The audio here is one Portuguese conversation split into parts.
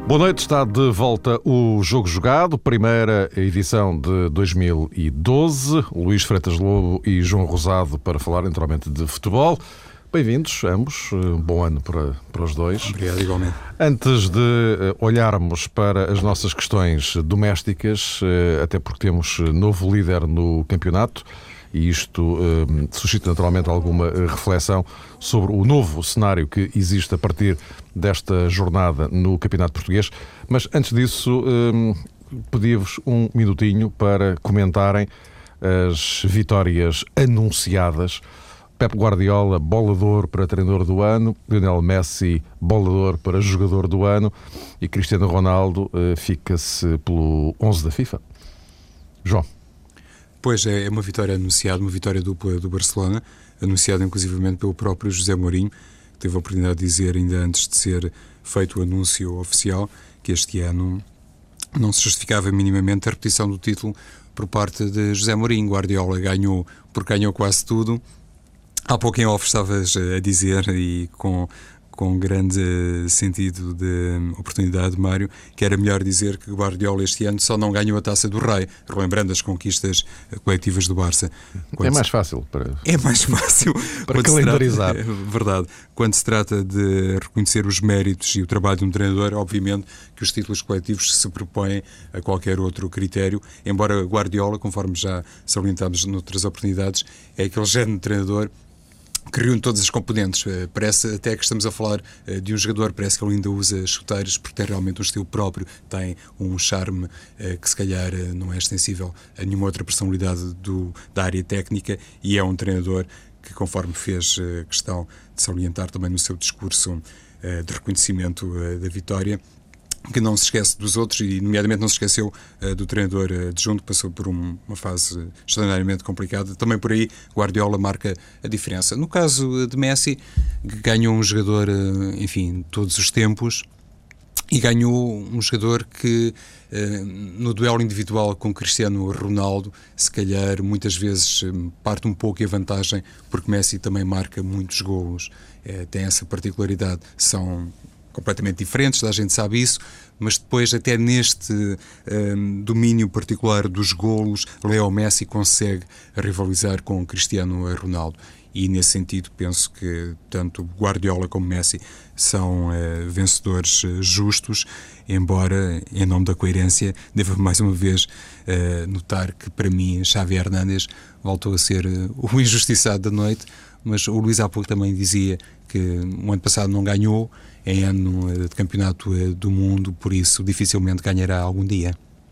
Boa noite, está de volta o Jogo Jogado, primeira edição de 2012. Luís Freitas Lobo e João Rosado para falar naturalmente de futebol. Bem-vindos ambos, bom ano para os dois. Obrigado, igualmente. Antes de olharmos para as nossas questões domésticas, até porque temos novo líder no campeonato, e isto suscita naturalmente alguma reflexão sobre o novo cenário que existe a partir desta jornada no Campeonato Português. Mas antes disso, pedi-vos um minutinho para comentarem as vitórias anunciadas. Pep Guardiola, bola de ouro para treinador do ano, Lionel Messi, bola de ouro para jogador do ano, e Cristiano Ronaldo fica-se pelo 11 da FIFA. João. Pois é uma vitória anunciada, uma vitória dupla do Barcelona, anunciada inclusivamente pelo próprio José Mourinho, que teve a oportunidade de dizer ainda antes de ser feito o anúncio oficial que este ano não se justificava minimamente a repetição do título por parte de José Mourinho. Guardiola ganhou porque ganhou quase tudo. Há pouco em off estavas a dizer, e com grande sentido de oportunidade, Mário, que era melhor dizer que Guardiola este ano só não ganhou a Taça do Rei, relembrando as conquistas coletivas do Barça. É mais fácil para para calendarizar. É verdade. Quando se trata de reconhecer os méritos e o trabalho de um treinador, obviamente que os títulos coletivos se propõem a qualquer outro critério, embora Guardiola, conforme já salientámos noutras oportunidades, é aquele género de treinador que reúne todas as componentes. Parece até que estamos a falar de um jogador, parece que ele ainda usa chuteiros, porque tem realmente um estilo próprio, tem um charme que se calhar não é extensível a nenhuma outra personalidade da área técnica, e é um treinador que, conforme fez questão de salientar também no seu discurso de reconhecimento da vitória, que não se esquece dos outros, e nomeadamente não se esqueceu do treinador adjunto, que passou por uma fase extraordinariamente complicada. Também por aí Guardiola marca a diferença. No caso de Messi, que ganhou um jogador, enfim, todos os tempos, e ganhou um jogador que no duelo individual com Cristiano Ronaldo, se calhar muitas vezes parte um pouco a vantagem, porque Messi também marca muitos golos. Tem essa particularidade. São completamente diferentes, a gente sabe isso, mas depois até neste domínio particular dos golos, Leo Messi consegue rivalizar com Cristiano Ronaldo, e nesse sentido penso que tanto Guardiola como Messi são vencedores justos, embora em nome da coerência devo mais uma vez notar que para mim Xavi Hernández voltou a ser o injustiçado da noite. Mas o Luís há pouco também dizia que o ano passado não ganhou, em ano de campeonato do mundo, por isso dificilmente ganhará algum dia.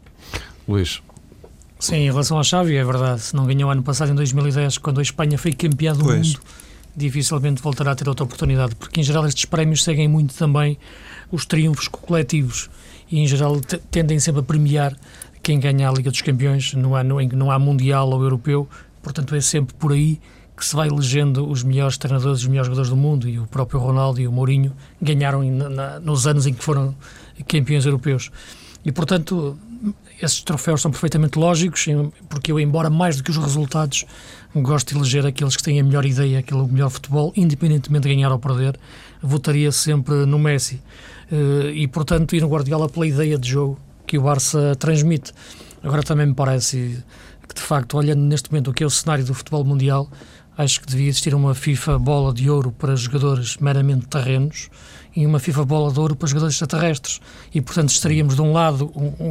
Luís. Sim, em relação ao Xavi, é verdade. Se não ganhou ano passado, em 2010, quando a Espanha foi campeã do mundo, dificilmente voltará a ter outra oportunidade, porque em geral estes prémios seguem muito também os triunfos coletivos e em geral tendem sempre a premiar quem ganha a Liga dos Campeões no ano em que não há Mundial ou Europeu. Portanto, é sempre por aí que se vai elegendo os melhores treinadores, os melhores jogadores do mundo, e o próprio Ronaldo e o Mourinho ganharam nos anos em que foram campeões europeus. E, portanto, esses troféus são perfeitamente lógicos, porque eu, embora mais do que os resultados, gosto de eleger aqueles que têm a melhor ideia, aquele melhor futebol, independentemente de ganhar ou perder, votaria sempre no Messi. E, portanto, ir no Guardiola pela ideia de jogo que o Barça transmite. Agora também me parece que, de facto, olhando neste momento o que é o cenário do futebol mundial, acho que devia existir uma FIFA bola de ouro para jogadores meramente terrenos e uma FIFA bola de ouro para jogadores extraterrestres. E, portanto, estaríamos de um lado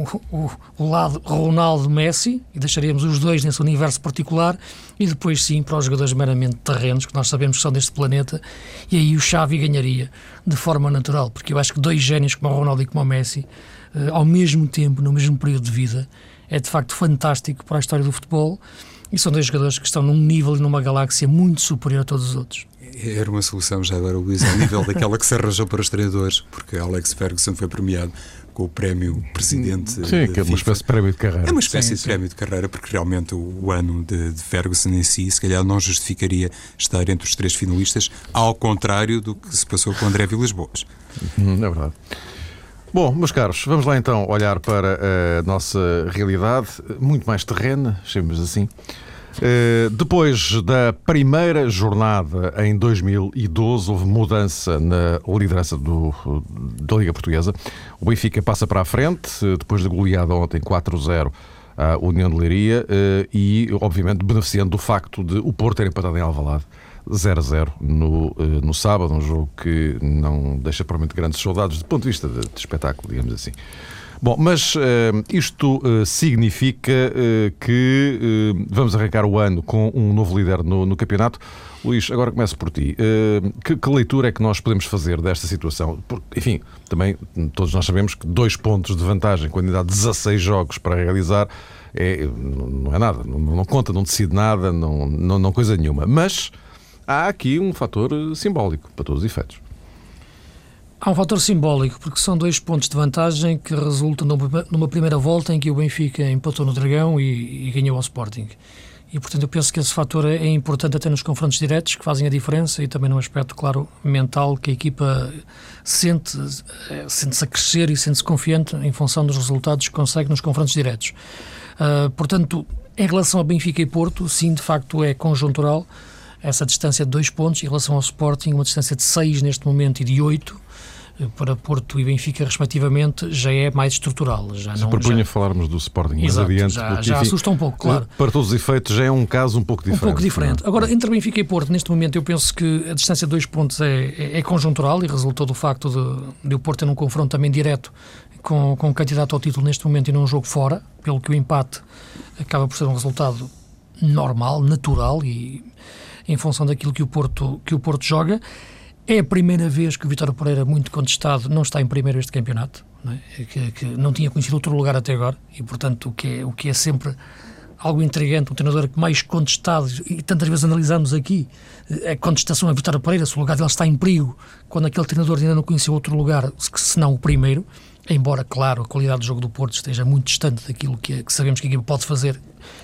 o lado Ronaldo-Messi, e deixaríamos os dois nesse universo particular, e depois sim para os jogadores meramente terrenos, que nós sabemos que são deste planeta, e aí o Xavi ganharia de forma natural, porque eu acho que dois génios como o Ronaldo e como o Messi, ao mesmo tempo, no mesmo período de vida, é de facto fantástico para a história do futebol, e são dois jogadores que estão num nível e numa galáxia muito superior a todos os outros. Era uma solução já agora, Luís, ao nível daquela que se arranjou para os treinadores, porque Alex Ferguson foi premiado com o prémio presidente. Sim, que é uma espécie de prémio de carreira. É uma espécie de prémio de carreira, porque realmente o ano de Ferguson em si, se calhar não justificaria estar entre os três finalistas, ao contrário do que se passou com André Vilas-Boas. É verdade. Bom, meus caros, vamos lá então olhar para a nossa realidade, muito mais terrena, chamemos assim. Depois da primeira jornada em 2012, houve mudança na liderança da Liga Portuguesa. O Benfica passa para a frente, depois da goleada ontem 4-0 à União de Leiria, e obviamente beneficiando do facto de o Porto ter empatado em Alvalade 0-0 no sábado, um jogo que não deixa provavelmente grandes saudades do ponto de vista de espetáculo, digamos assim. Bom, mas isto significa que vamos arrancar o ano com um novo líder no campeonato. Luís, agora começo por ti. Que leitura é que nós podemos fazer desta situação? Porque, enfim, também todos nós sabemos que 2 pontos de vantagem quando ainda há 16 jogos para realizar não é nada, não conta, não decide nada, não coisa nenhuma. Mas há aqui um fator simbólico para todos os efeitos. Há um fator simbólico, porque são 2 pontos de vantagem que resultam numa primeira volta em que o Benfica empatou no Dragão e ganhou ao Sporting. E, portanto, eu penso que esse fator é importante até nos confrontos diretos, que fazem a diferença, e também num aspecto, claro, mental, que a equipa sente-se a crescer e sente-se confiante em função dos resultados que consegue nos confrontos diretos. Portanto, em relação a Benfica e Porto, sim, de facto é conjuntural essa distância de 2 pontos. Em relação ao Sporting, uma distância de 6 neste momento e de 8 para Porto e Benfica, respectivamente, já é mais estrutural. Se propunha falarmos do Sporting mais adiante. Já enfim, assusta um pouco, claro. Para todos os efeitos, já é um caso um pouco diferente. Um pouco diferente. Agora, entre Benfica e Porto, neste momento, eu penso que a distância de 2 pontos é conjuntural e resultou do facto de o Porto ter um confronto também direto com o candidato ao título neste momento e num jogo fora, pelo que o empate acaba por ser um resultado normal, natural e em função daquilo que o Porto joga. É a primeira vez que o Vítor Pereira, muito contestado, não está em primeiro este campeonato, não é? Que não tinha conhecido outro lugar até agora e, portanto, o que é sempre algo intrigante, um treinador que mais contestado, e tantas vezes analisamos aqui a contestação a Vítor Pereira, se o lugar dele está em perigo, quando aquele treinador ainda não conheceu outro lugar, senão o primeiro, embora, claro, a qualidade do jogo do Porto esteja muito distante daquilo que sabemos que a equipa pode fazer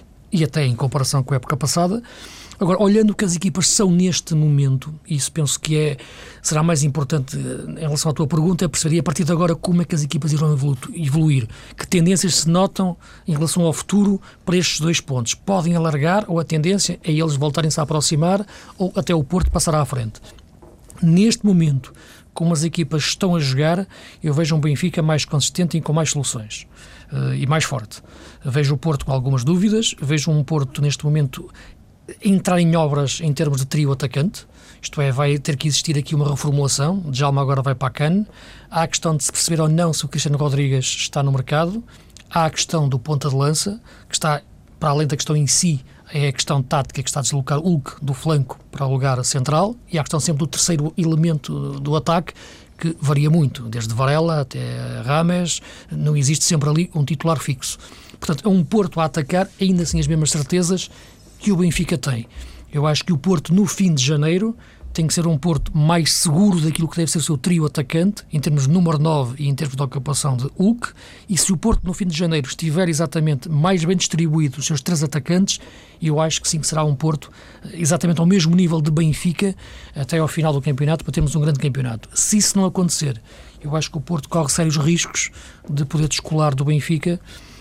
e até em comparação com a época passada. Agora, olhando o que as equipas são neste momento, isso penso que será mais importante em relação à tua pergunta, é perceber a partir de agora como é que as equipas irão evoluir, que tendências se notam em relação ao futuro para estes 2 pontos. Podem alargar ou a tendência é eles voltarem-se a aproximar ou até o Porto passará à frente. Neste momento, como as equipas estão a jogar, eu vejo um Benfica mais consistente e com mais soluções e mais forte. Vejo o Porto com algumas dúvidas, vejo um Porto neste momento entrar em obras em termos de trio atacante, isto é, vai ter que existir aqui uma reformulação. Djalma agora vai para a CAN. Há a questão de se perceber ou não se o Cristiano Rodrigues está no mercado. Há a questão do ponta de lança, que está, para além da questão em si, é a questão tática, que está a deslocar Hulk do flanco para o lugar central, e há a questão sempre do terceiro elemento do ataque, que varia muito, desde Varela até Rames, não existe sempre ali um titular fixo. Portanto, é um Porto a atacar, ainda sem as mesmas certezas que o Benfica tem. Eu acho que o Porto, no fim de janeiro, tem que ser um Porto mais seguro daquilo que deve ser o seu trio atacante, em termos de número 9 e em termos de ocupação de Hulk, e se o Porto, no fim de janeiro, estiver exatamente mais bem distribuído os seus 3 atacantes, eu acho que sim, que será um Porto exatamente ao mesmo nível de Benfica até ao final do campeonato, para termos um grande campeonato. Se isso não acontecer, eu acho que o Porto corre sérios riscos de poder descolar do Benfica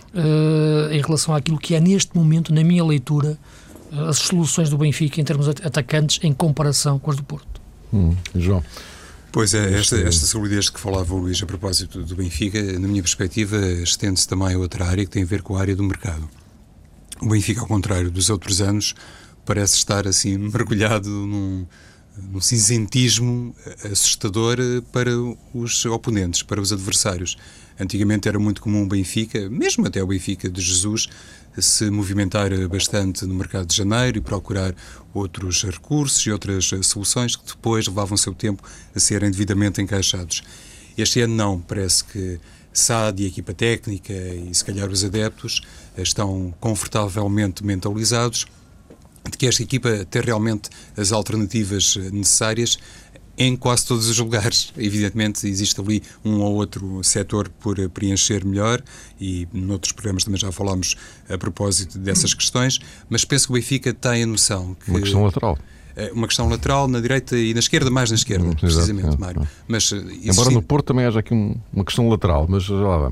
em relação àquilo que é, neste momento, na minha leitura, as soluções do Benfica em termos atacantes em comparação com as do Porto. João. Pois é, esta solidez que falava o Luís a propósito do Benfica, na minha perspectiva, estende-se também a outra área que tem a ver com a área do mercado. O Benfica, ao contrário dos outros anos, parece estar assim mergulhado num cinzentismo assustador para os oponentes, para os adversários. Antigamente era muito comum o Benfica, mesmo até o Benfica de Jesus, se movimentar bastante no mercado de janeiro e procurar outros recursos e outras soluções que depois levavam o seu tempo a serem devidamente encaixados. Este ano não, parece que SAD e a equipa técnica e se calhar os adeptos estão confortavelmente mentalizados de que esta equipa tem realmente as alternativas necessárias em quase todos os lugares. Evidentemente existe ali um ou outro setor por preencher melhor e noutros programas também já falámos a propósito dessas questões, mas penso que o Benfica tem a noção que... Uma questão lateral. Uma questão lateral na direita e na esquerda, mais na esquerda, precisamente, Mário. Mas embora no Porto também haja aqui uma questão lateral, mas já lá vamos.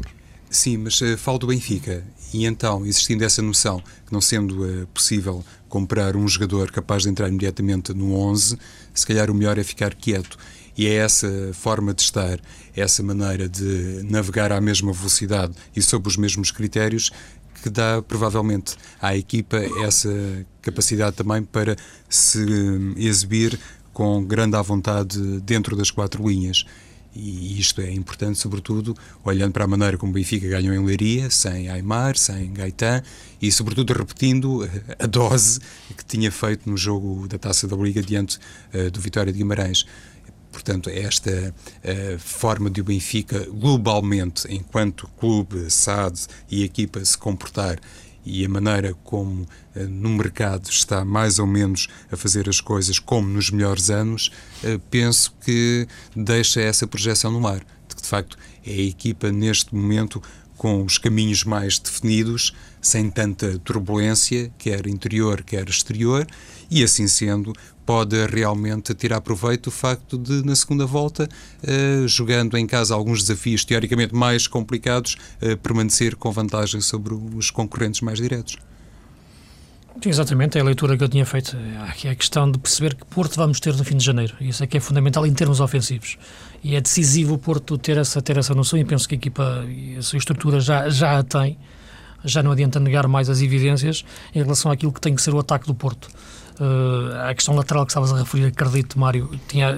Sim, mas falo do Benfica. E então, existindo essa noção, que não sendo possível comprar um jogador capaz de entrar imediatamente no 11, se calhar o melhor é ficar quieto. E é essa forma de estar, essa maneira de navegar à mesma velocidade e sob os mesmos critérios que dá provavelmente à equipa essa capacidade também para se exibir com grande à vontade dentro das 4 linhas. E isto é importante, sobretudo, olhando para a maneira como o Benfica ganhou em Leiria, sem Aimar, sem Gaetan, e sobretudo repetindo a dose que tinha feito no jogo da Taça da Liga diante do Vitória de Guimarães. Portanto, esta forma de o Benfica, globalmente, enquanto clube, SAD e equipa, se comportar, e a maneira como no mercado está mais ou menos a fazer as coisas como nos melhores anos, penso que deixa essa projeção no ar. De facto, é a equipa neste momento com os caminhos mais definidos, sem tanta turbulência, quer interior, quer exterior, e assim sendo, pode realmente tirar proveito do facto de, na segunda volta, jogando em casa alguns desafios teoricamente mais complicados, permanecer com vantagem sobre os concorrentes mais diretos. Sim, exatamente, é a leitura que eu tinha feito. É a questão de perceber que Porto vamos ter no fim de janeiro. Isso é que é fundamental em termos ofensivos. E é decisivo o Porto ter essa noção, e penso que a equipa e a sua estrutura já a tem. Já não adianta negar mais as evidências em relação àquilo que tem que ser o ataque do Porto. A questão lateral que estavas a referir, acredito, Mário,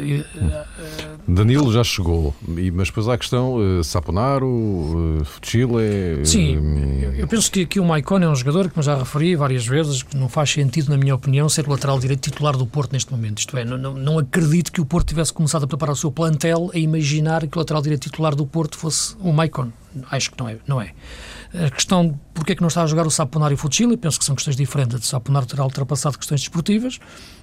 Danilo já chegou, mas depois há a questão Saponaro, Chile. Sim, eu penso que o Maicon é um jogador, como já referi várias vezes, que não faz sentido, na minha opinião, ser o lateral direito titular do Porto neste momento. Isto é, não acredito que o Porto tivesse começado a preparar o seu plantel a imaginar que o lateral direito titular do Porto fosse o Maicon. Acho que não é. A questão de porque é que não está a jogar o Saponaro e o Futsile, penso que são questões diferentes. O Saponaro terá ultrapassado questões desportivas,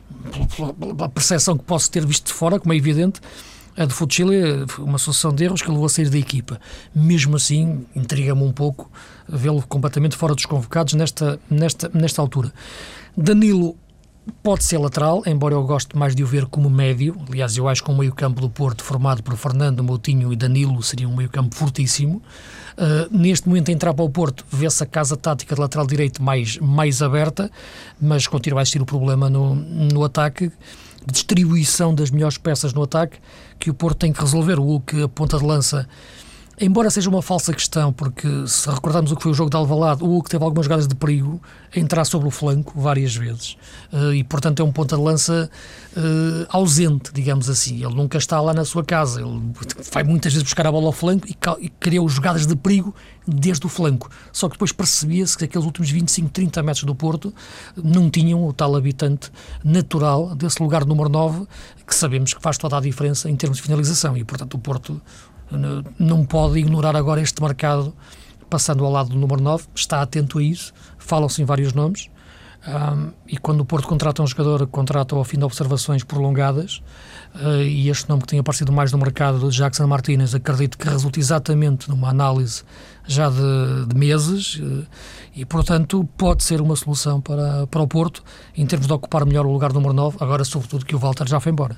pela percepção que posso ter visto de fora, como é evidente. A de Futsile foi uma sucessão de erros que levou a sair da equipa. Mesmo assim, intriga-me um pouco vê-lo completamente fora dos convocados nesta altura. Danilo pode ser lateral, embora eu goste mais de o ver como médio. Aliás, eu acho que o meio-campo do Porto, formado por Fernando, Moutinho e Danilo, seria um meio-campo fortíssimo. Neste momento, a entrar para o Porto, vê-se a casa tática de lateral direito mais aberta, mas continua a existir o problema no ataque, de distribuição das melhores peças no ataque, que o Porto tem que resolver. O Hulk, a ponta de lança, embora seja uma falsa questão, porque se recordarmos o que foi o jogo de Alvalade, o Hulk teve algumas jogadas de perigo a entrar sobre o flanco várias vezes, e portanto é um ponta de lança ausente, digamos assim. Ele nunca está lá na sua casa, ele vai muitas vezes buscar a bola ao flanco e criou jogadas de perigo desde o flanco, só que depois percebia-se que aqueles últimos 25, 30 metros do Porto não tinham o tal habitante natural desse lugar número 9, que sabemos que faz toda a diferença em termos de finalização, e portanto o Porto não pode ignorar agora este mercado, passando ao lado do número 9, está atento a isso, falam-se em vários nomes, e quando o Porto contrata um jogador, contrata ao fim de observações prolongadas, e este nome que tem aparecido mais no mercado, de Jackson Martínez, acredito que resulta exatamente numa análise já de meses, e portanto pode ser uma solução para o Porto, em termos de ocupar melhor o lugar do número 9, agora sobretudo que o Walter já foi embora.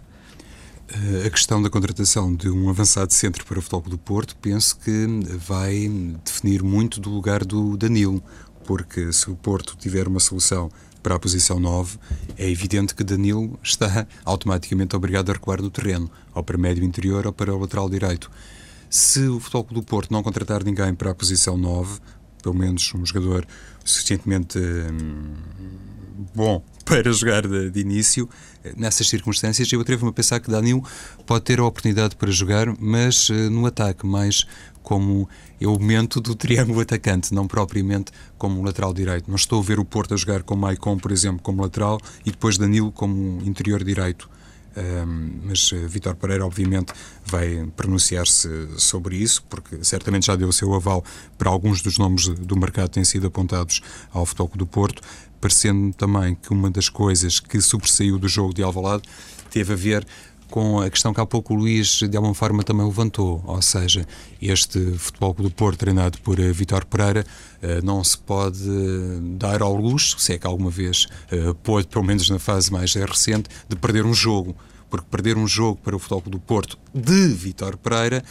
A questão da contratação de um avançado centro para o Futebol Clube do Porto, penso que vai definir muito do lugar do Danilo, porque se o Porto tiver uma solução para a posição 9, é evidente que Danilo está automaticamente obrigado a recuar do terreno, ou para médio interior ou para o lateral direito. Se o Futebol Clube do Porto não contratar ninguém para a posição 9, pelo menos um jogador suficientemente bom para jogar de início, nessas circunstâncias eu atrevo-me a pensar que Danilo pode ter a oportunidade para jogar, mas no ataque, mais como elemento do triângulo atacante, não propriamente como lateral direito. Não estou a ver o Porto a jogar com Maicon, por exemplo, como lateral, e depois Danilo como interior direito. Mas Vítor Pereira obviamente vai pronunciar-se sobre isso, porque certamente já deu o seu aval para alguns dos nomes do mercado que têm sido apontados ao Futebol Clube do Porto, parecendo também que uma das coisas que sobressaiu do jogo de Alvalade teve a ver com a questão que há pouco o Luís de alguma forma também levantou, ou seja, este Futebol Clube do Porto treinado por Vítor Pereira não se pode dar ao luxo, se é que alguma vez pôde, pelo menos na fase mais recente, de perder um jogo, porque perder um jogo para o Futebol Clube do Porto de Vítor Pereira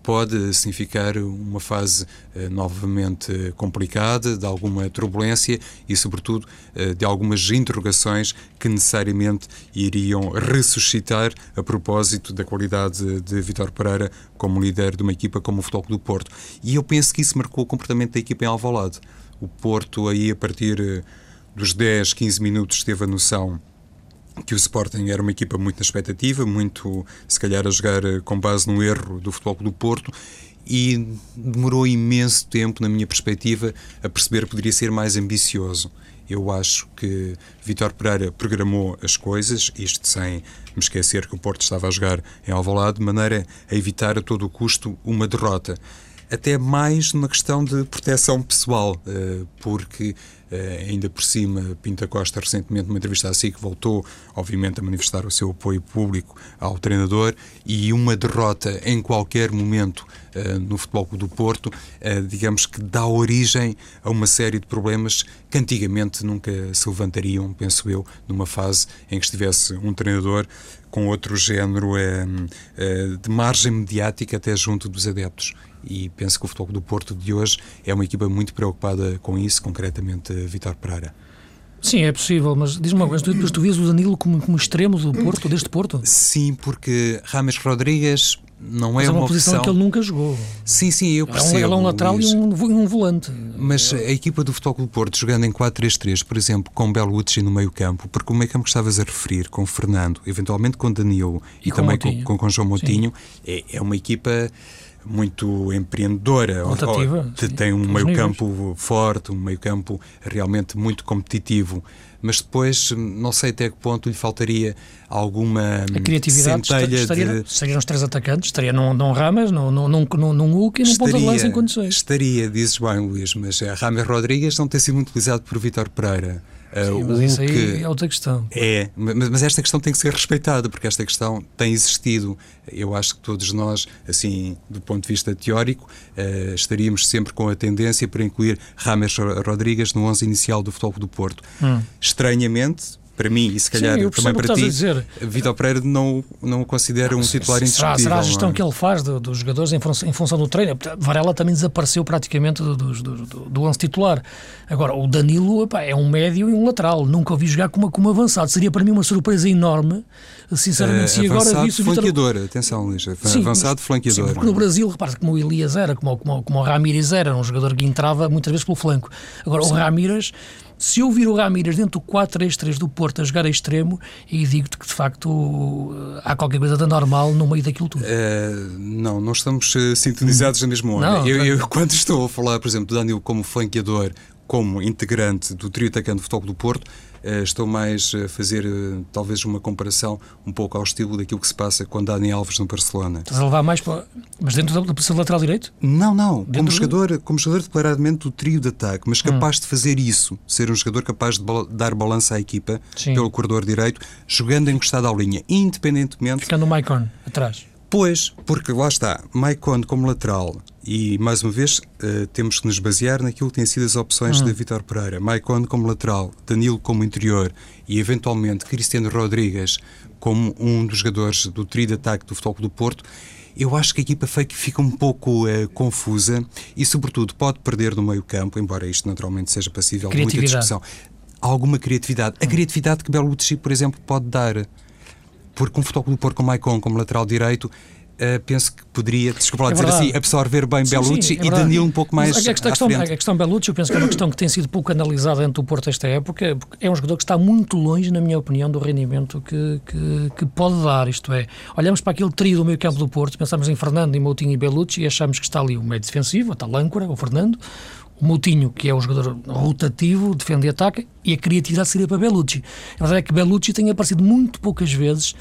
pode significar uma fase novamente complicada, de alguma turbulência e, sobretudo, de algumas interrogações que necessariamente iriam ressuscitar a propósito da qualidade de Vítor Pereira como líder de uma equipa como o Futebol Clube do Porto. E eu penso que isso marcou o comportamento da equipa em Alvalade. O Porto, aí, a partir dos 10, 15 minutos, teve a noção que o Sporting era uma equipa muito na expectativa, muito, se calhar, a jogar com base no erro do Futebol Clube do Porto, e demorou imenso tempo, na minha perspectiva, a perceber que poderia ser mais ambicioso. Eu acho que Vítor Pereira programou as coisas, isto sem me esquecer que o Porto estava a jogar em Alvalade, de maneira a evitar a todo o custo uma derrota. Até mais numa questão de proteção pessoal, porque ainda por cima Pinto Costa recentemente numa entrevista à SIC voltou obviamente a manifestar o seu apoio público ao treinador, e uma derrota em qualquer momento no Futebol Clube do Porto, digamos que dá origem a uma série de problemas que antigamente nunca se levantariam, penso eu, numa fase em que estivesse um treinador com outro género de margem mediática até junto dos adeptos. E penso que o Futebol Clube do Porto de hoje é uma equipa muito preocupada com isso, concretamente Vítor Pereira. Sim, é possível, mas diz-me uma coisa, tu vês o Danilo como extremo do Porto, deste Porto? Sim, porque James Rodrigues não é uma posição que ele nunca jogou. Sim, eu percebo. Ele é um lateral e um volante. Mas a equipa do Futebol Clube do Porto, jogando em 4-3-3, por exemplo, com Bellucci no meio-campo, porque o meio-campo que estavas a referir, com Fernando, eventualmente com Danilo e também com João Moutinho, é uma equipa muito empreendedora, tem um meio-campo forte, um meio-campo realmente muito competitivo, mas depois não sei até que ponto lhe faltaria alguma a criatividade. Estaria nos 3 atacantes, estaria num Rames, num Hulk e num ponta de lança em condições. Estaria, dizes bem, Luís, mas James Rodrigues não tem sido muito utilizado por Vítor Pereira. Sim, mas isso aí é outra questão. Mas esta questão tem que ser respeitada, porque esta questão tem existido. Eu acho que todos nós, assim, do ponto de vista teórico, estaríamos sempre com a tendência para incluir James Rodrigues no 11 inicial do Futebol do Porto. Estranhamente, para mim, e se calhar também para ti, Vítor Pereira não o considera um titular indiscutível. Será a gestão que ele faz dos jogadores em função do treino. Varela também desapareceu praticamente do 11 titular. Agora, o Danilo é um médio e um lateral. Nunca o vi jogar como avançado. Seria para mim uma surpresa enorme, sinceramente, se agora visse o flanqueador, atenção, Luís. Avançado flanqueador. Sim, porque no Brasil, repara, como o Elias era, como o Ramírez era, um jogador que entrava muitas vezes pelo flanco. Agora, o Ramírez... Se eu vir o Ramírez dentro do 4-3-3 do Porto a jogar a extremo, e digo-te que de facto há qualquer coisa de anormal no meio daquilo tudo. Não estamos sintonizados na mesma onda. Eu quando estou a falar, por exemplo, do Danilo como flanqueador, como integrante do trio atacante do Futebol Clube do Porto, estou mais a fazer talvez uma comparação um pouco ao estilo daquilo que se passa com Dani Alves no Barcelona. Estás a levar mais para... Mas dentro da posição de lateral direito? Não. Como jogador declaradamente do trio de ataque, mas capaz de fazer isso, ser um jogador capaz de dar balança à equipa pelo corredor direito, jogando encostado à linha, independentemente... Ficando o Maicon atrás. Pois, porque lá está, Maicon como lateral, e mais uma vez temos que nos basear naquilo que têm sido as opções de Vítor Pereira. Maicon como lateral, Danilo como interior e eventualmente Cristiano Rodrigues como um dos jogadores do trio de ataque do Futebol Clube do Porto. Eu acho que a equipa fica um pouco confusa e sobretudo pode perder no meio campo, embora isto naturalmente seja passível de muita discussão. Alguma criatividade. A criatividade que Bellucci, por exemplo, pode dar. Porque um Futebol Clube do Porto com Maicon como lateral direito, penso que poderia, dizer assim, absorver bem Bellucci e Danilo um pouco mais à frente. A questão Bellucci, eu penso que é uma questão que tem sido pouco analisada dentro do Porto esta época, porque é um jogador que está muito longe, na minha opinião, do rendimento que pode dar, isto é, olhamos para aquele trio do meio campo do Porto, pensamos em Fernando, em Moutinho e Bellucci e achamos que está ali o meio defensivo, está Lâncora, o Fernando, o Moutinho, que é um jogador rotativo, defende e ataca, e a criatividade seria para Bellucci. A verdade é que Bellucci tem aparecido muito poucas vezes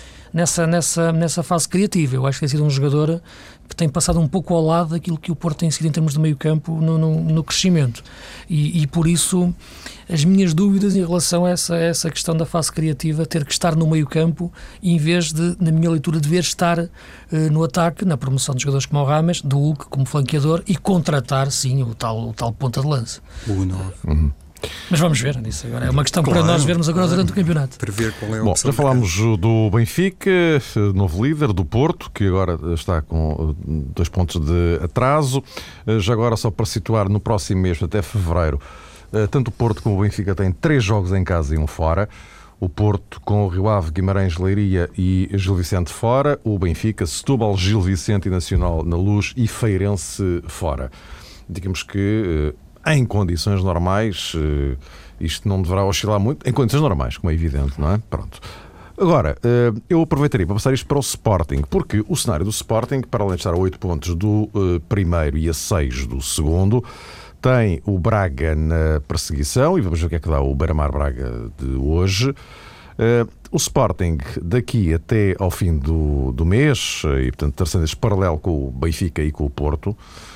nessa fase criativa. Eu acho que tem sido um jogador que tem passado um pouco ao lado daquilo que o Porto tem sido em termos de meio campo no crescimento. E por isso as minhas dúvidas em relação a essa questão da fase criativa, ter que estar no meio campo em vez de, na minha leitura, dever estar no ataque, na promoção de jogadores como o Rames, do Hulk como flanqueador e contratar, sim, o tal ponta de lança. O 9. Mas vamos ver nisso agora. É uma questão para nós vermos agora durante o campeonato. Para ver qual é a Bom, opção. já falámos do Benfica, novo líder, do Porto, que agora está com 2 pontos de atraso. Já agora, só para situar, no próximo mês, até fevereiro, tanto o Porto como o Benfica têm 3 jogos em casa e 1 fora. O Porto com o Rio Ave, Guimarães, Leiria e Gil Vicente fora. O Benfica, Setúbal, Gil Vicente e Nacional na Luz e Feirense fora. Digamos que em condições normais isto não deverá oscilar muito. Em condições normais, como é evidente, não é? Pronto. Agora, eu aproveitaria para passar isto para o Sporting, porque o cenário do Sporting, para além de estar a 8 pontos do primeiro e a 6 do segundo, tem o Braga na perseguição, e vamos ver o que é que dá o Beira-Mar Braga de hoje. O Sporting, daqui até ao fim do mês, e portanto, traçando este paralelo com o Benfica e com o Porto,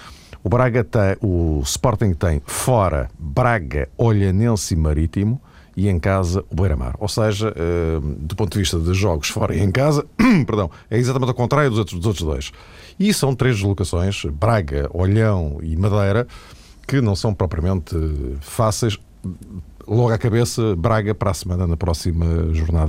o Sporting tem fora Braga, Olhanense e Marítimo, e em casa o Beira-Mar. Ou seja, do ponto de vista de jogos fora e em casa, perdão, é exatamente ao contrário dos outros 2. E são 3 deslocações, Braga, Olhão e Madeira, que não são propriamente fáceis. Logo à cabeça, Braga para a semana, na próxima jornada.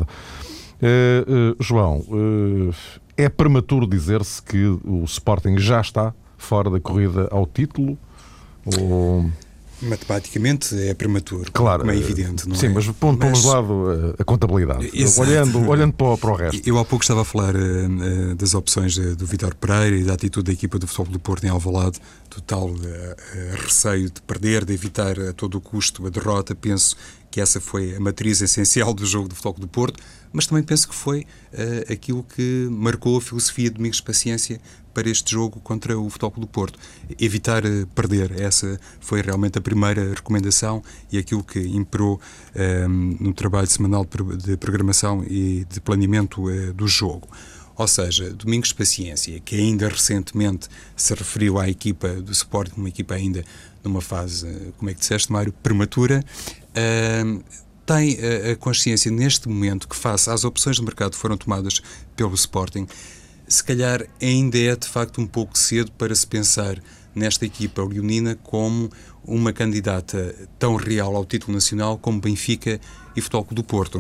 João, é prematuro dizer-se que o Sporting já está fora da corrida ao título? Ou... Matematicamente é prematuro, claro, como é evidente, não sim, é? mas pondo de lado a contabilidade, olhando para o resto. Eu há pouco estava a falar das opções do Vítor Pereira e da atitude da equipa do Futebol do Porto em Alvalade, do tal receio de perder, de evitar a todo o custo a derrota. Penso que essa foi a matriz essencial do jogo do Futebol do Porto, mas também penso que foi aquilo que marcou a filosofia de Domingos Paciência para este jogo contra o Futebol do Porto. Evitar perder, essa foi realmente a primeira recomendação e aquilo que imperou no trabalho semanal de programação e de planeamento do jogo. Ou seja, Domingos Paciência, que ainda recentemente se referiu à equipa do Sporting, uma equipa ainda numa fase, como é que disseste, Mário, prematura, tem a consciência neste momento que, face às opções de mercado que foram tomadas pelo Sporting, se calhar ainda é de facto um pouco cedo para se pensar nesta equipa leonina como uma candidata tão real ao título nacional como Benfica e Futebol Clube do Porto.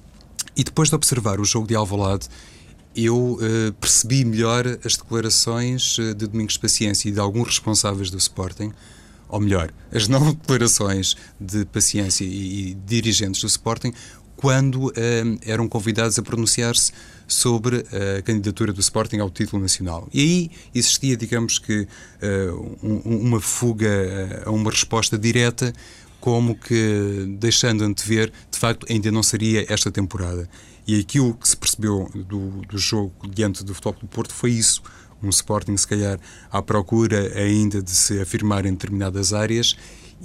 E depois de observar o jogo de Alvalade, eu percebi melhor as declarações de Domingos Paciência e de alguns responsáveis do Sporting, ou melhor, as não declarações de Paciência e dirigentes do Sporting, quando eram convidados a pronunciar-se sobre a candidatura do Sporting ao título nacional. E aí existia, digamos que, uma fuga a uma resposta direta, como que deixando antever, de facto, ainda não seria esta temporada. E aquilo que se percebeu do jogo diante do Futebol do Porto foi isso. Um Sporting, se calhar, à procura ainda de se afirmar em determinadas áreas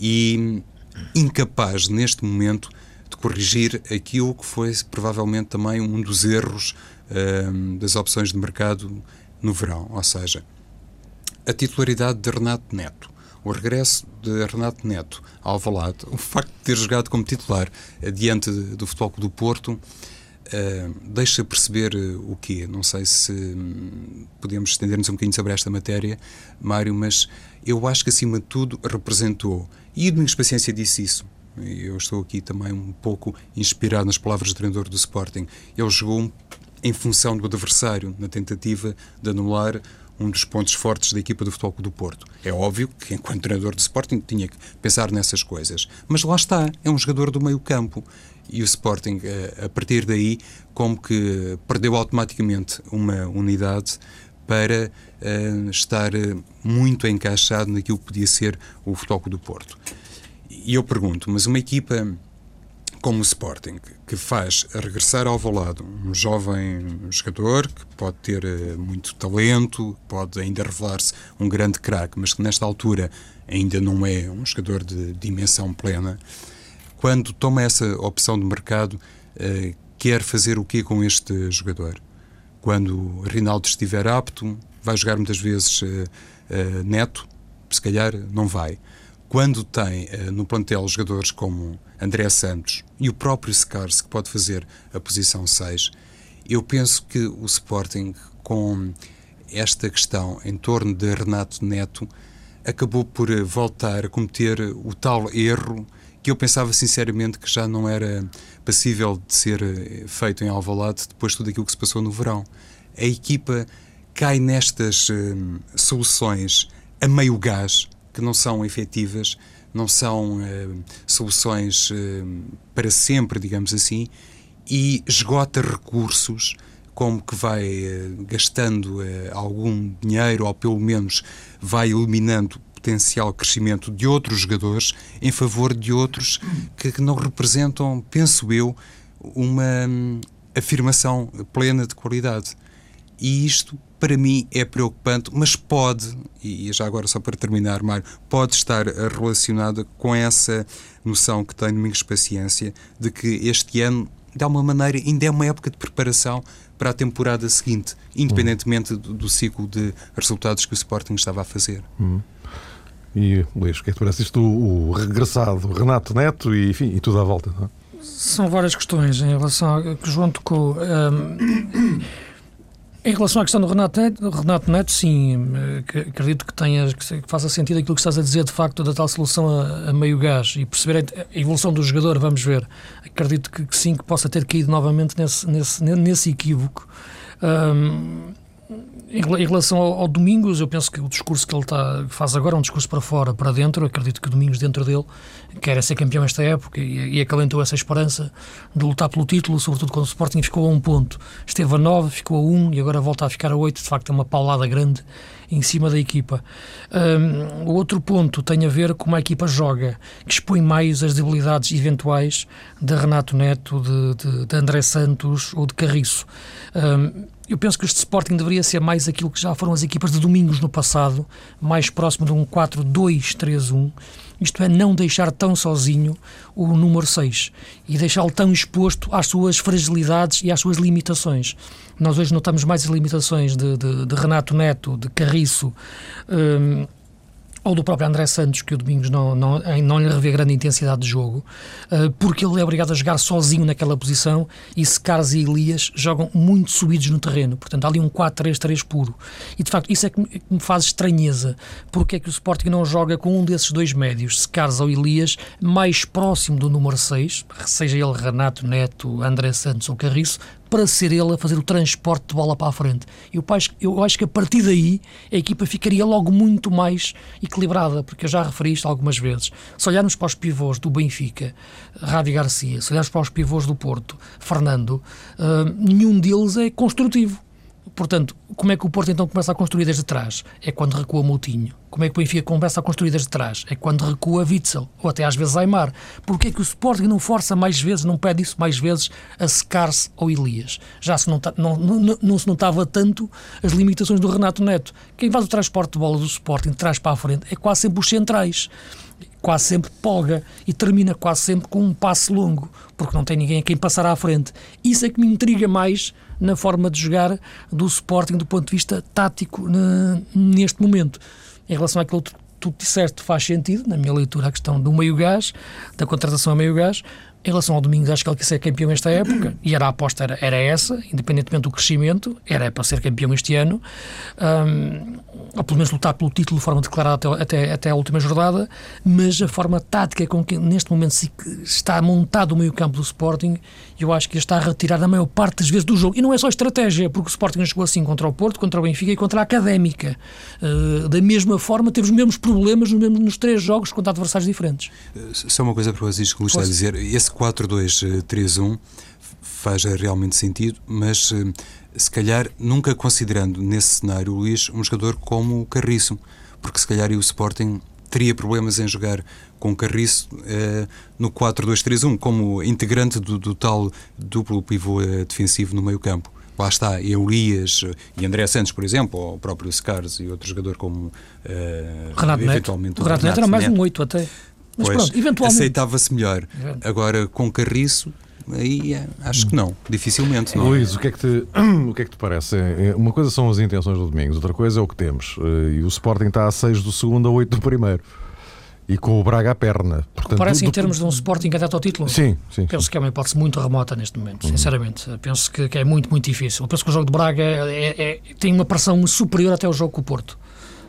e incapaz, neste momento, de corrigir aquilo que foi provavelmente também um dos erros das opções de mercado no verão, ou seja, a titularidade de Renato Neto, o regresso de Renato Neto ao Alvalade, o facto de ter jogado como titular diante do Futebol Clube do Porto, deixa perceber o quê? Não sei se podemos estender-nos um bocadinho sobre esta matéria, Mário, mas eu acho que acima de tudo representou, e o Domingos Paciência disse isso. Eu estou aqui também um pouco inspirado nas palavras do treinador do Sporting. Ele jogou em função do adversário, na tentativa de anular um dos pontos fortes da equipa do Futebol Clube do Porto. É óbvio que, enquanto treinador do Sporting, tinha que pensar nessas coisas. Mas lá está, é um jogador do meio-campo. E o Sporting, a partir daí, como que perdeu automaticamente uma unidade para estar muito encaixado naquilo que podia ser o Futebol Clube do Porto. E eu pergunto, mas uma equipa como o Sporting, que faz regressar ao Alvalade um jovem jogador que pode ter muito talento, pode ainda revelar-se um grande craque, mas que nesta altura ainda não é um jogador de dimensão plena, quando toma essa opção de mercado, quer fazer o quê com este jogador? Quando Rinaldo estiver apto, vai jogar muitas vezes Neto, se calhar não vai. Quando tem no plantel jogadores como André Santos e o próprio Secarce, que pode fazer a posição 6, eu penso que o Sporting, com esta questão em torno de Renato Neto, acabou por voltar a cometer o tal erro que eu pensava sinceramente que já não era passível de ser feito em Alvalade depois de tudo aquilo que se passou no verão. A equipa cai nestas soluções a meio gás, que não são efetivas, não são soluções para sempre, digamos assim, e esgota recursos, como que vai gastando algum dinheiro, ou pelo menos vai eliminando potencial crescimento de outros jogadores em favor de outros que não representam, penso eu, uma afirmação plena de qualidade. E isto, para mim, é preocupante, mas pode, e já agora só para terminar, Mário, pode estar relacionada com essa noção que tem Domingos Paciência, de que este ano, de alguma maneira, ainda é uma época de preparação para a temporada seguinte, independentemente do ciclo de resultados que o Sporting estava a fazer. E, Luís, o que é que te parece isto? O regressado Renato Neto e, enfim, e tudo à volta, não é? São várias questões em relação ao que João tocou. Em relação à questão do Renato Neto, sim, acredito que faça sentido aquilo que estás a dizer, de facto, da tal solução a meio gás, e perceber a evolução do jogador, vamos ver. Acredito que sim, que possa ter caído novamente nesse equívoco. Em relação ao Domingos, eu penso que o discurso que ele faz agora é um discurso para fora, para dentro. Acredito que o Domingos, dentro dele, quer ser campeão esta época e acalentou essa esperança de lutar pelo título, sobretudo quando o Sporting ficou a 1 ponto. Esteve a 9, ficou a 1 e agora volta a ficar a 8. De facto, é uma paulada grande em cima da equipa. O outro ponto tem a ver com como a equipa joga, que expõe mais as debilidades eventuais de Renato Neto, de André Santos ou de Carriço. Eu penso que este Sporting deveria ser mais aquilo que já foram as equipas de Domingos no passado, mais próximo de um 4-2-3-1, isto é, não deixar tão sozinho o número 6 e deixá-lo tão exposto às suas fragilidades e às suas limitações. Nós hoje notamos mais as limitações de Renato Neto, de Carriço, ou do próprio André Santos, que o Domingos não lhe revê grande intensidade de jogo, porque ele é obrigado a jogar sozinho naquela posição e Secares e Elias jogam muito subidos no terreno. Portanto, há ali um 4-3-3 puro. E, de facto, isso é que me faz estranheza. Porque é que o Sporting não joga com um desses dois médios, Secares ou Elias, mais próximo do número 6, seja ele Renato Neto, André Santos ou Carriço, para ser ele a fazer o transporte de bola para a frente. Eu acho que a partir daí a equipa ficaria logo muito mais equilibrada, porque eu já referi isto algumas vezes. Se olharmos para os pivôs do Benfica, Rádio Garcia, se olharmos para os pivôs do Porto, Fernando, nenhum deles é construtivo. Portanto, como é que o Porto então começa a construir desde trás? É quando recua Moutinho. Como é que o Benfica começa a construir desde trás? É quando recua Witzel, ou até às vezes Aimar. Porquê é que o Sporting não força mais vezes, não pede isso mais vezes a Secares ou Elias? Já se não se notava tanto as limitações do Renato Neto. Quem faz o transporte de bola do Sporting de trás para a frente é quase sempre os centrais. Quase sempre polga e termina quase sempre com um passe longo, porque não tem ninguém a quem passar à frente. Isso é que me intriga mais na forma de jogar do Sporting do ponto de vista tático neste momento. Em relação àquilo que tu disseste, faz sentido, na minha leitura, a questão do meio gás, da contratação a meio gás. Em relação ao Domingos, acho que ele quer ser campeão esta época, e a aposta era essa, independentemente do crescimento, era para ser campeão este ano, ou pelo menos lutar pelo título de forma declarada até a última jornada, mas a forma tática com que neste momento se está montado o meio-campo do Sporting, eu acho que ele está a retirar a maior parte das vezes do jogo. E não é só estratégia, porque o Sporting jogou assim contra o Porto, contra o Benfica e contra a Académica. Da mesma forma, temos os mesmos problemas nos 3 jogos contra adversários diferentes. Só uma coisa para vocês que está a dizer, esse 4-2-3-1 faz realmente sentido, mas se calhar nunca considerando nesse cenário, Luís, um jogador como o Carriço, porque se calhar o Sporting teria problemas em jogar com Carriço no 4-2-3-1 como integrante do tal duplo pivô defensivo no meio campo. Lá está, Elias e André Santos, por exemplo, ou o próprio Secares e outro jogador como Renato Neto. O Renato Neto era mais um 8 até. Mas pois, pronto, eventualmente aceitava-se melhor. Agora, com Carriço, aí acho que não, dificilmente. Não. Luís, o que é que te parece? Uma coisa são as intenções do Domingos, outra coisa é o que temos. E o Sporting está a 6 do segundo, a 8 do primeiro. E com o Braga à perna. Portanto, parece em termos de um Sporting candidato ao título? Sim. Penso que é uma hipótese muito remota neste momento, sinceramente. Penso que é muito, muito difícil. Penso que o jogo de Braga tem uma pressão superior até ao jogo com o Porto.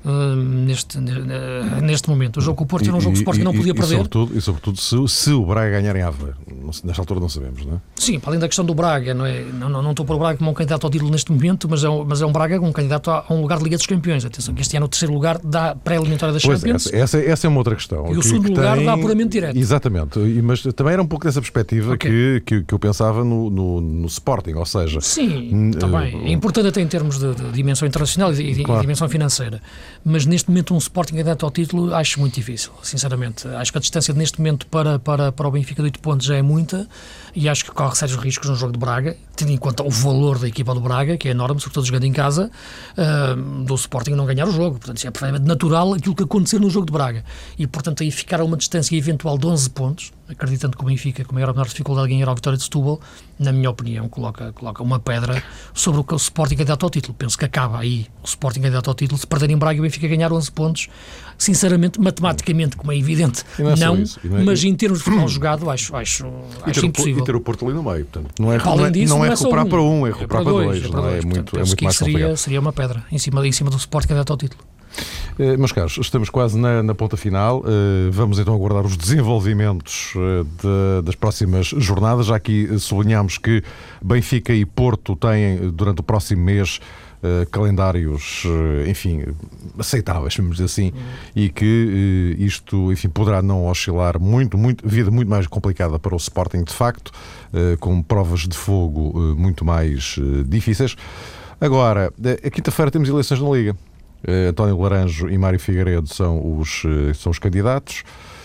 neste momento. O jogo com o Porto era um jogo que o Sporting não podia perder. E sobretudo se o Braga ganhar em Aveiro. Nesta altura não sabemos, não é? Sim, para além da questão do Braga, não estou para o Braga como um candidato ao título neste momento, mas é um Braga um candidato a um lugar de Liga dos Campeões. Atenção, que este ano o terceiro lugar dá pré-eliminatória da Champions. Essa é uma outra questão. E o segundo lugar dá puramente direto. Exatamente, mas também era um pouco dessa perspectiva que eu pensava no Sporting, ou seja... Sim, também. É importante até em termos de dimensão internacional e claro, dimensão financeira, mas neste momento um Sporting candidato ao título acho muito difícil, sinceramente. Acho que a distância neste momento para o Benfica de 8 pontos já é muita e acho que corre sérios riscos no jogo de Braga, tendo em conta o valor da equipa do Braga, que é enorme, sobretudo jogando em casa, do Sporting não ganhar o jogo. Portanto, é perfeitamente natural aquilo que acontecer no jogo de Braga. E, portanto, aí ficar a uma distância eventual de 11 pontos, acreditando que o Benfica, com maior ou menor dificuldade, ganhará a vitória de Setúbal, na minha opinião, coloca uma pedra sobre o Sporting candidato ao título. Penso que acaba aí o Sporting candidato ao título se perder em Braga e o Benfica ganhar 11 pontos. Sinceramente, matematicamente, como é evidente, não, mas em termos de futebol jogado, acho impossível. E ter o Porto ali no meio, portanto, não é recuperar para um, é recuperar para dois. É muito mais complicado. Seria uma pedra em cima do Sporting candidato ao título. Meus caros, estamos quase na ponta final. Vamos então aguardar os desenvolvimentos das próximas jornadas. Já aqui sublinhamos que Benfica e Porto têm, durante o próximo mês, calendários, enfim, aceitáveis, vamos dizer assim, e que isto, enfim, poderá não oscilar vida muito mais complicada para o Sporting, de facto, com provas de fogo muito mais difíceis. Agora, a quinta-feira temos eleições na Liga. António Laranjo e Mário Figueiredo são os candidatos.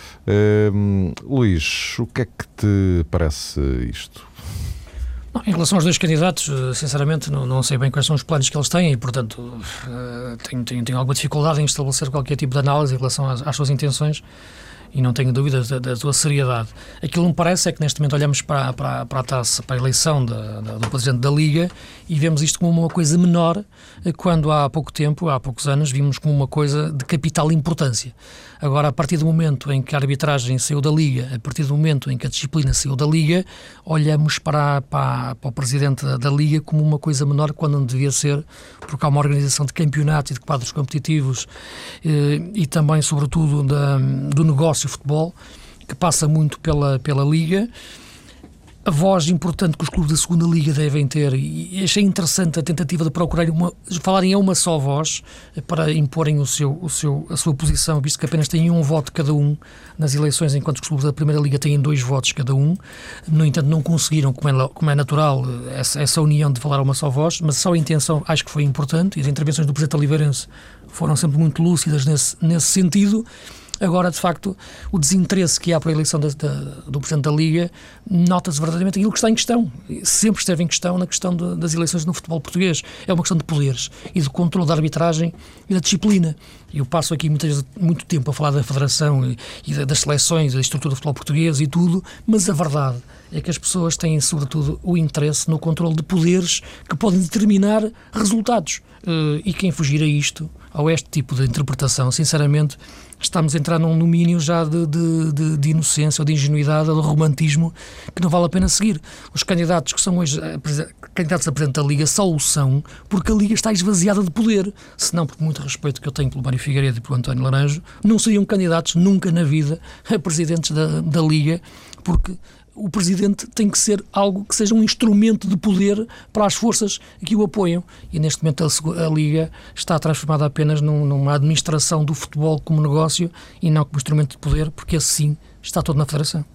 Luís, o que é que te parece isto? Em relação aos dois candidatos, sinceramente, não sei bem quais são os planos que eles têm e, portanto, tenho alguma dificuldade em estabelecer qualquer tipo de análise em relação às suas intenções e não tenho dúvidas da sua seriedade. Aquilo que me parece é que neste momento olhamos para a taça, para a eleição do Presidente da Liga e vemos isto como uma coisa menor, quando há poucos anos, vimos como uma coisa de capital importância. Agora, a partir do momento em que a arbitragem saiu da Liga, a partir do momento em que a disciplina saiu da Liga, olhamos para o Presidente da Liga como uma coisa menor quando não devia ser, porque há uma organização de campeonatos e de quadros competitivos e também, sobretudo, do negócio futebol, que passa muito pela Liga. A voz importante que os clubes da segunda Liga devem ter, e achei interessante a tentativa de falarem a uma só voz para imporem a sua posição, visto que apenas têm um voto cada um nas eleições, enquanto os clubes da primeira Liga têm 2 votos cada um. No entanto, não conseguiram, como é natural, essa união de falar a uma só voz, mas só a intenção acho que foi importante, e as intervenções do Presidente Oliveirense foram sempre muito lúcidas nesse sentido. Agora, de facto, o desinteresse que há para a eleição do Presidente da Liga nota-se verdadeiramente aquilo que está em questão. Sempre esteve em questão na questão das eleições no futebol português. É uma questão de poderes e de controle da arbitragem e da disciplina. Eu passo aqui muito tempo a falar da Federação e das seleções, da estrutura do futebol português e tudo, mas a verdade é que as pessoas têm, sobretudo, o interesse no controle de poderes que podem determinar resultados. E quem fugir a isto, a este tipo de interpretação, sinceramente, estamos a entrar num domínio já de inocência ou de ingenuidade ou de romantismo que não vale a pena seguir. Os candidatos que são hoje candidatos a Presidente da Liga só o são porque a Liga está esvaziada de poder. Se não, por muito respeito que eu tenho pelo Mário Figueiredo e pelo António Laranjo, não seriam candidatos nunca na vida a presidentes da Liga, porque o Presidente tem que ser algo que seja um instrumento de poder para as forças que o apoiam. E neste momento a Liga está transformada apenas numa administração do futebol como negócio e não como instrumento de poder, porque assim está todo na Federação.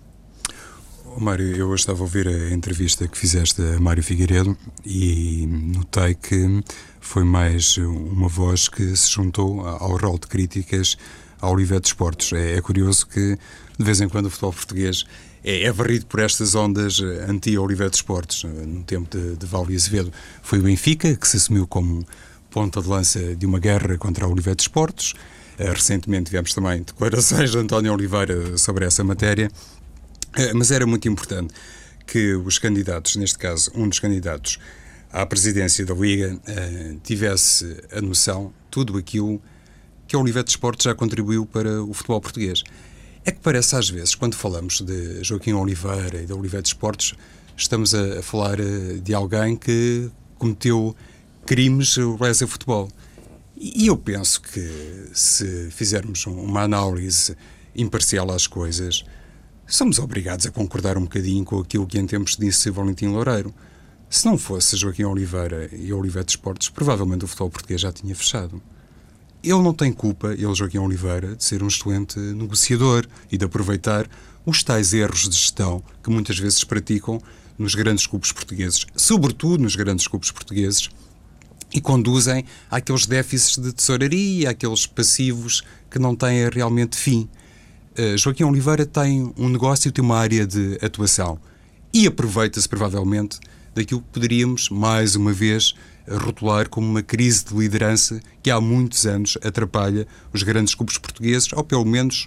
Mário, eu hoje estava a ouvir a entrevista que fizeste a Mário Figueiredo e notei que foi mais uma voz que se juntou ao rol de críticas ao Oliveira de Esportes. É curioso que de vez em quando o futebol português é varrido por estas ondas anti-Oliveira de Esportes. No tempo de Valdo e Azevedo foi o Benfica, que se assumiu como ponta de lança de uma guerra contra a Oliveira de Esportes. Recentemente tivemos também declarações de António Oliveira sobre essa matéria. Mas era muito importante que os candidatos, neste caso um dos candidatos à presidência da Liga, tivesse a noção de tudo aquilo que a Oliveira de Esportes já contribuiu para o futebol português. É que parece às vezes, quando falamos de Joaquim Oliveira e da Oliveira de Esportes, estamos a falar de alguém que cometeu crimes lesa futebol. E eu penso que se fizermos uma análise imparcial às coisas, somos obrigados a concordar um bocadinho com aquilo que em tempos disse Valentim Loureiro. Se não fosse Joaquim Oliveira e Olivetti Esportes, provavelmente o futebol português já tinha fechado. Ele não tem culpa, Joaquim Oliveira, de ser um excelente negociador e de aproveitar os tais erros de gestão que muitas vezes praticam nos grandes clubes portugueses, sobretudo nos grandes clubes portugueses, e conduzem àqueles déficits de tesouraria, àqueles passivos que não têm realmente fim. Joaquim Oliveira tem um negócio, tem uma área de atuação e aproveita-se provavelmente daquilo que poderíamos, mais uma vez, rotular como uma crise de liderança que há muitos anos atrapalha os grandes clubes portugueses, ou pelo menos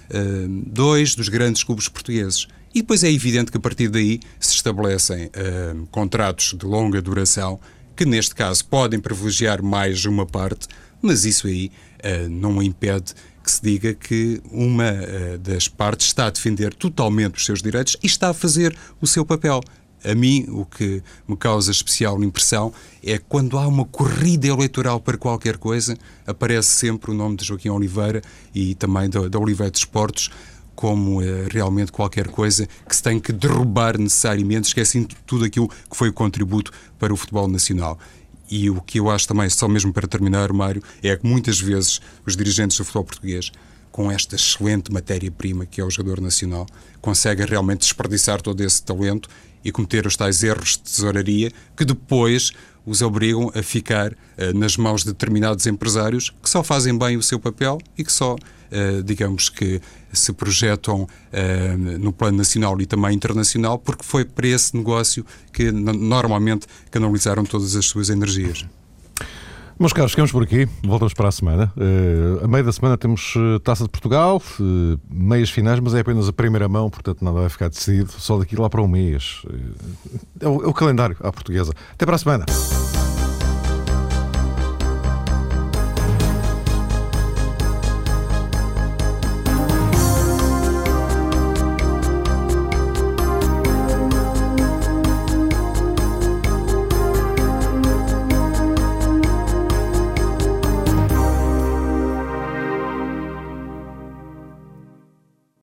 2 dos grandes clubes portugueses. E depois é evidente que a partir daí se estabelecem contratos de longa duração que neste caso podem privilegiar mais uma parte, mas isso aí não impede que se diga que uma das partes está a defender totalmente os seus direitos e está a fazer o seu papel. A mim, o que me causa especial impressão é que quando há uma corrida eleitoral para qualquer coisa, aparece sempre o nome de Joaquim Oliveira e também da Olivetti Esportes como realmente qualquer coisa que se tem que derrubar necessariamente, esquecendo tudo aquilo que foi o contributo para o futebol nacional. E o que eu acho também, só mesmo para terminar, Mário, é que muitas vezes os dirigentes do futebol português, com esta excelente matéria-prima que é o jogador nacional, conseguem realmente desperdiçar todo esse talento e cometer os tais erros de tesouraria que depois os obrigam a ficar nas mãos de determinados empresários que só fazem bem o seu papel e que só, digamos que, se projetam no plano nacional e também internacional, porque foi para esse negócio que normalmente canalizaram todas as suas energias. Meus caros, ficamos por aqui, voltamos para a semana. A meio da semana temos Taça de Portugal, meias finais, mas é apenas a primeira mão, portanto nada vai ficar decidido, só daqui lá para um mês. É o calendário à portuguesa. Até para a semana.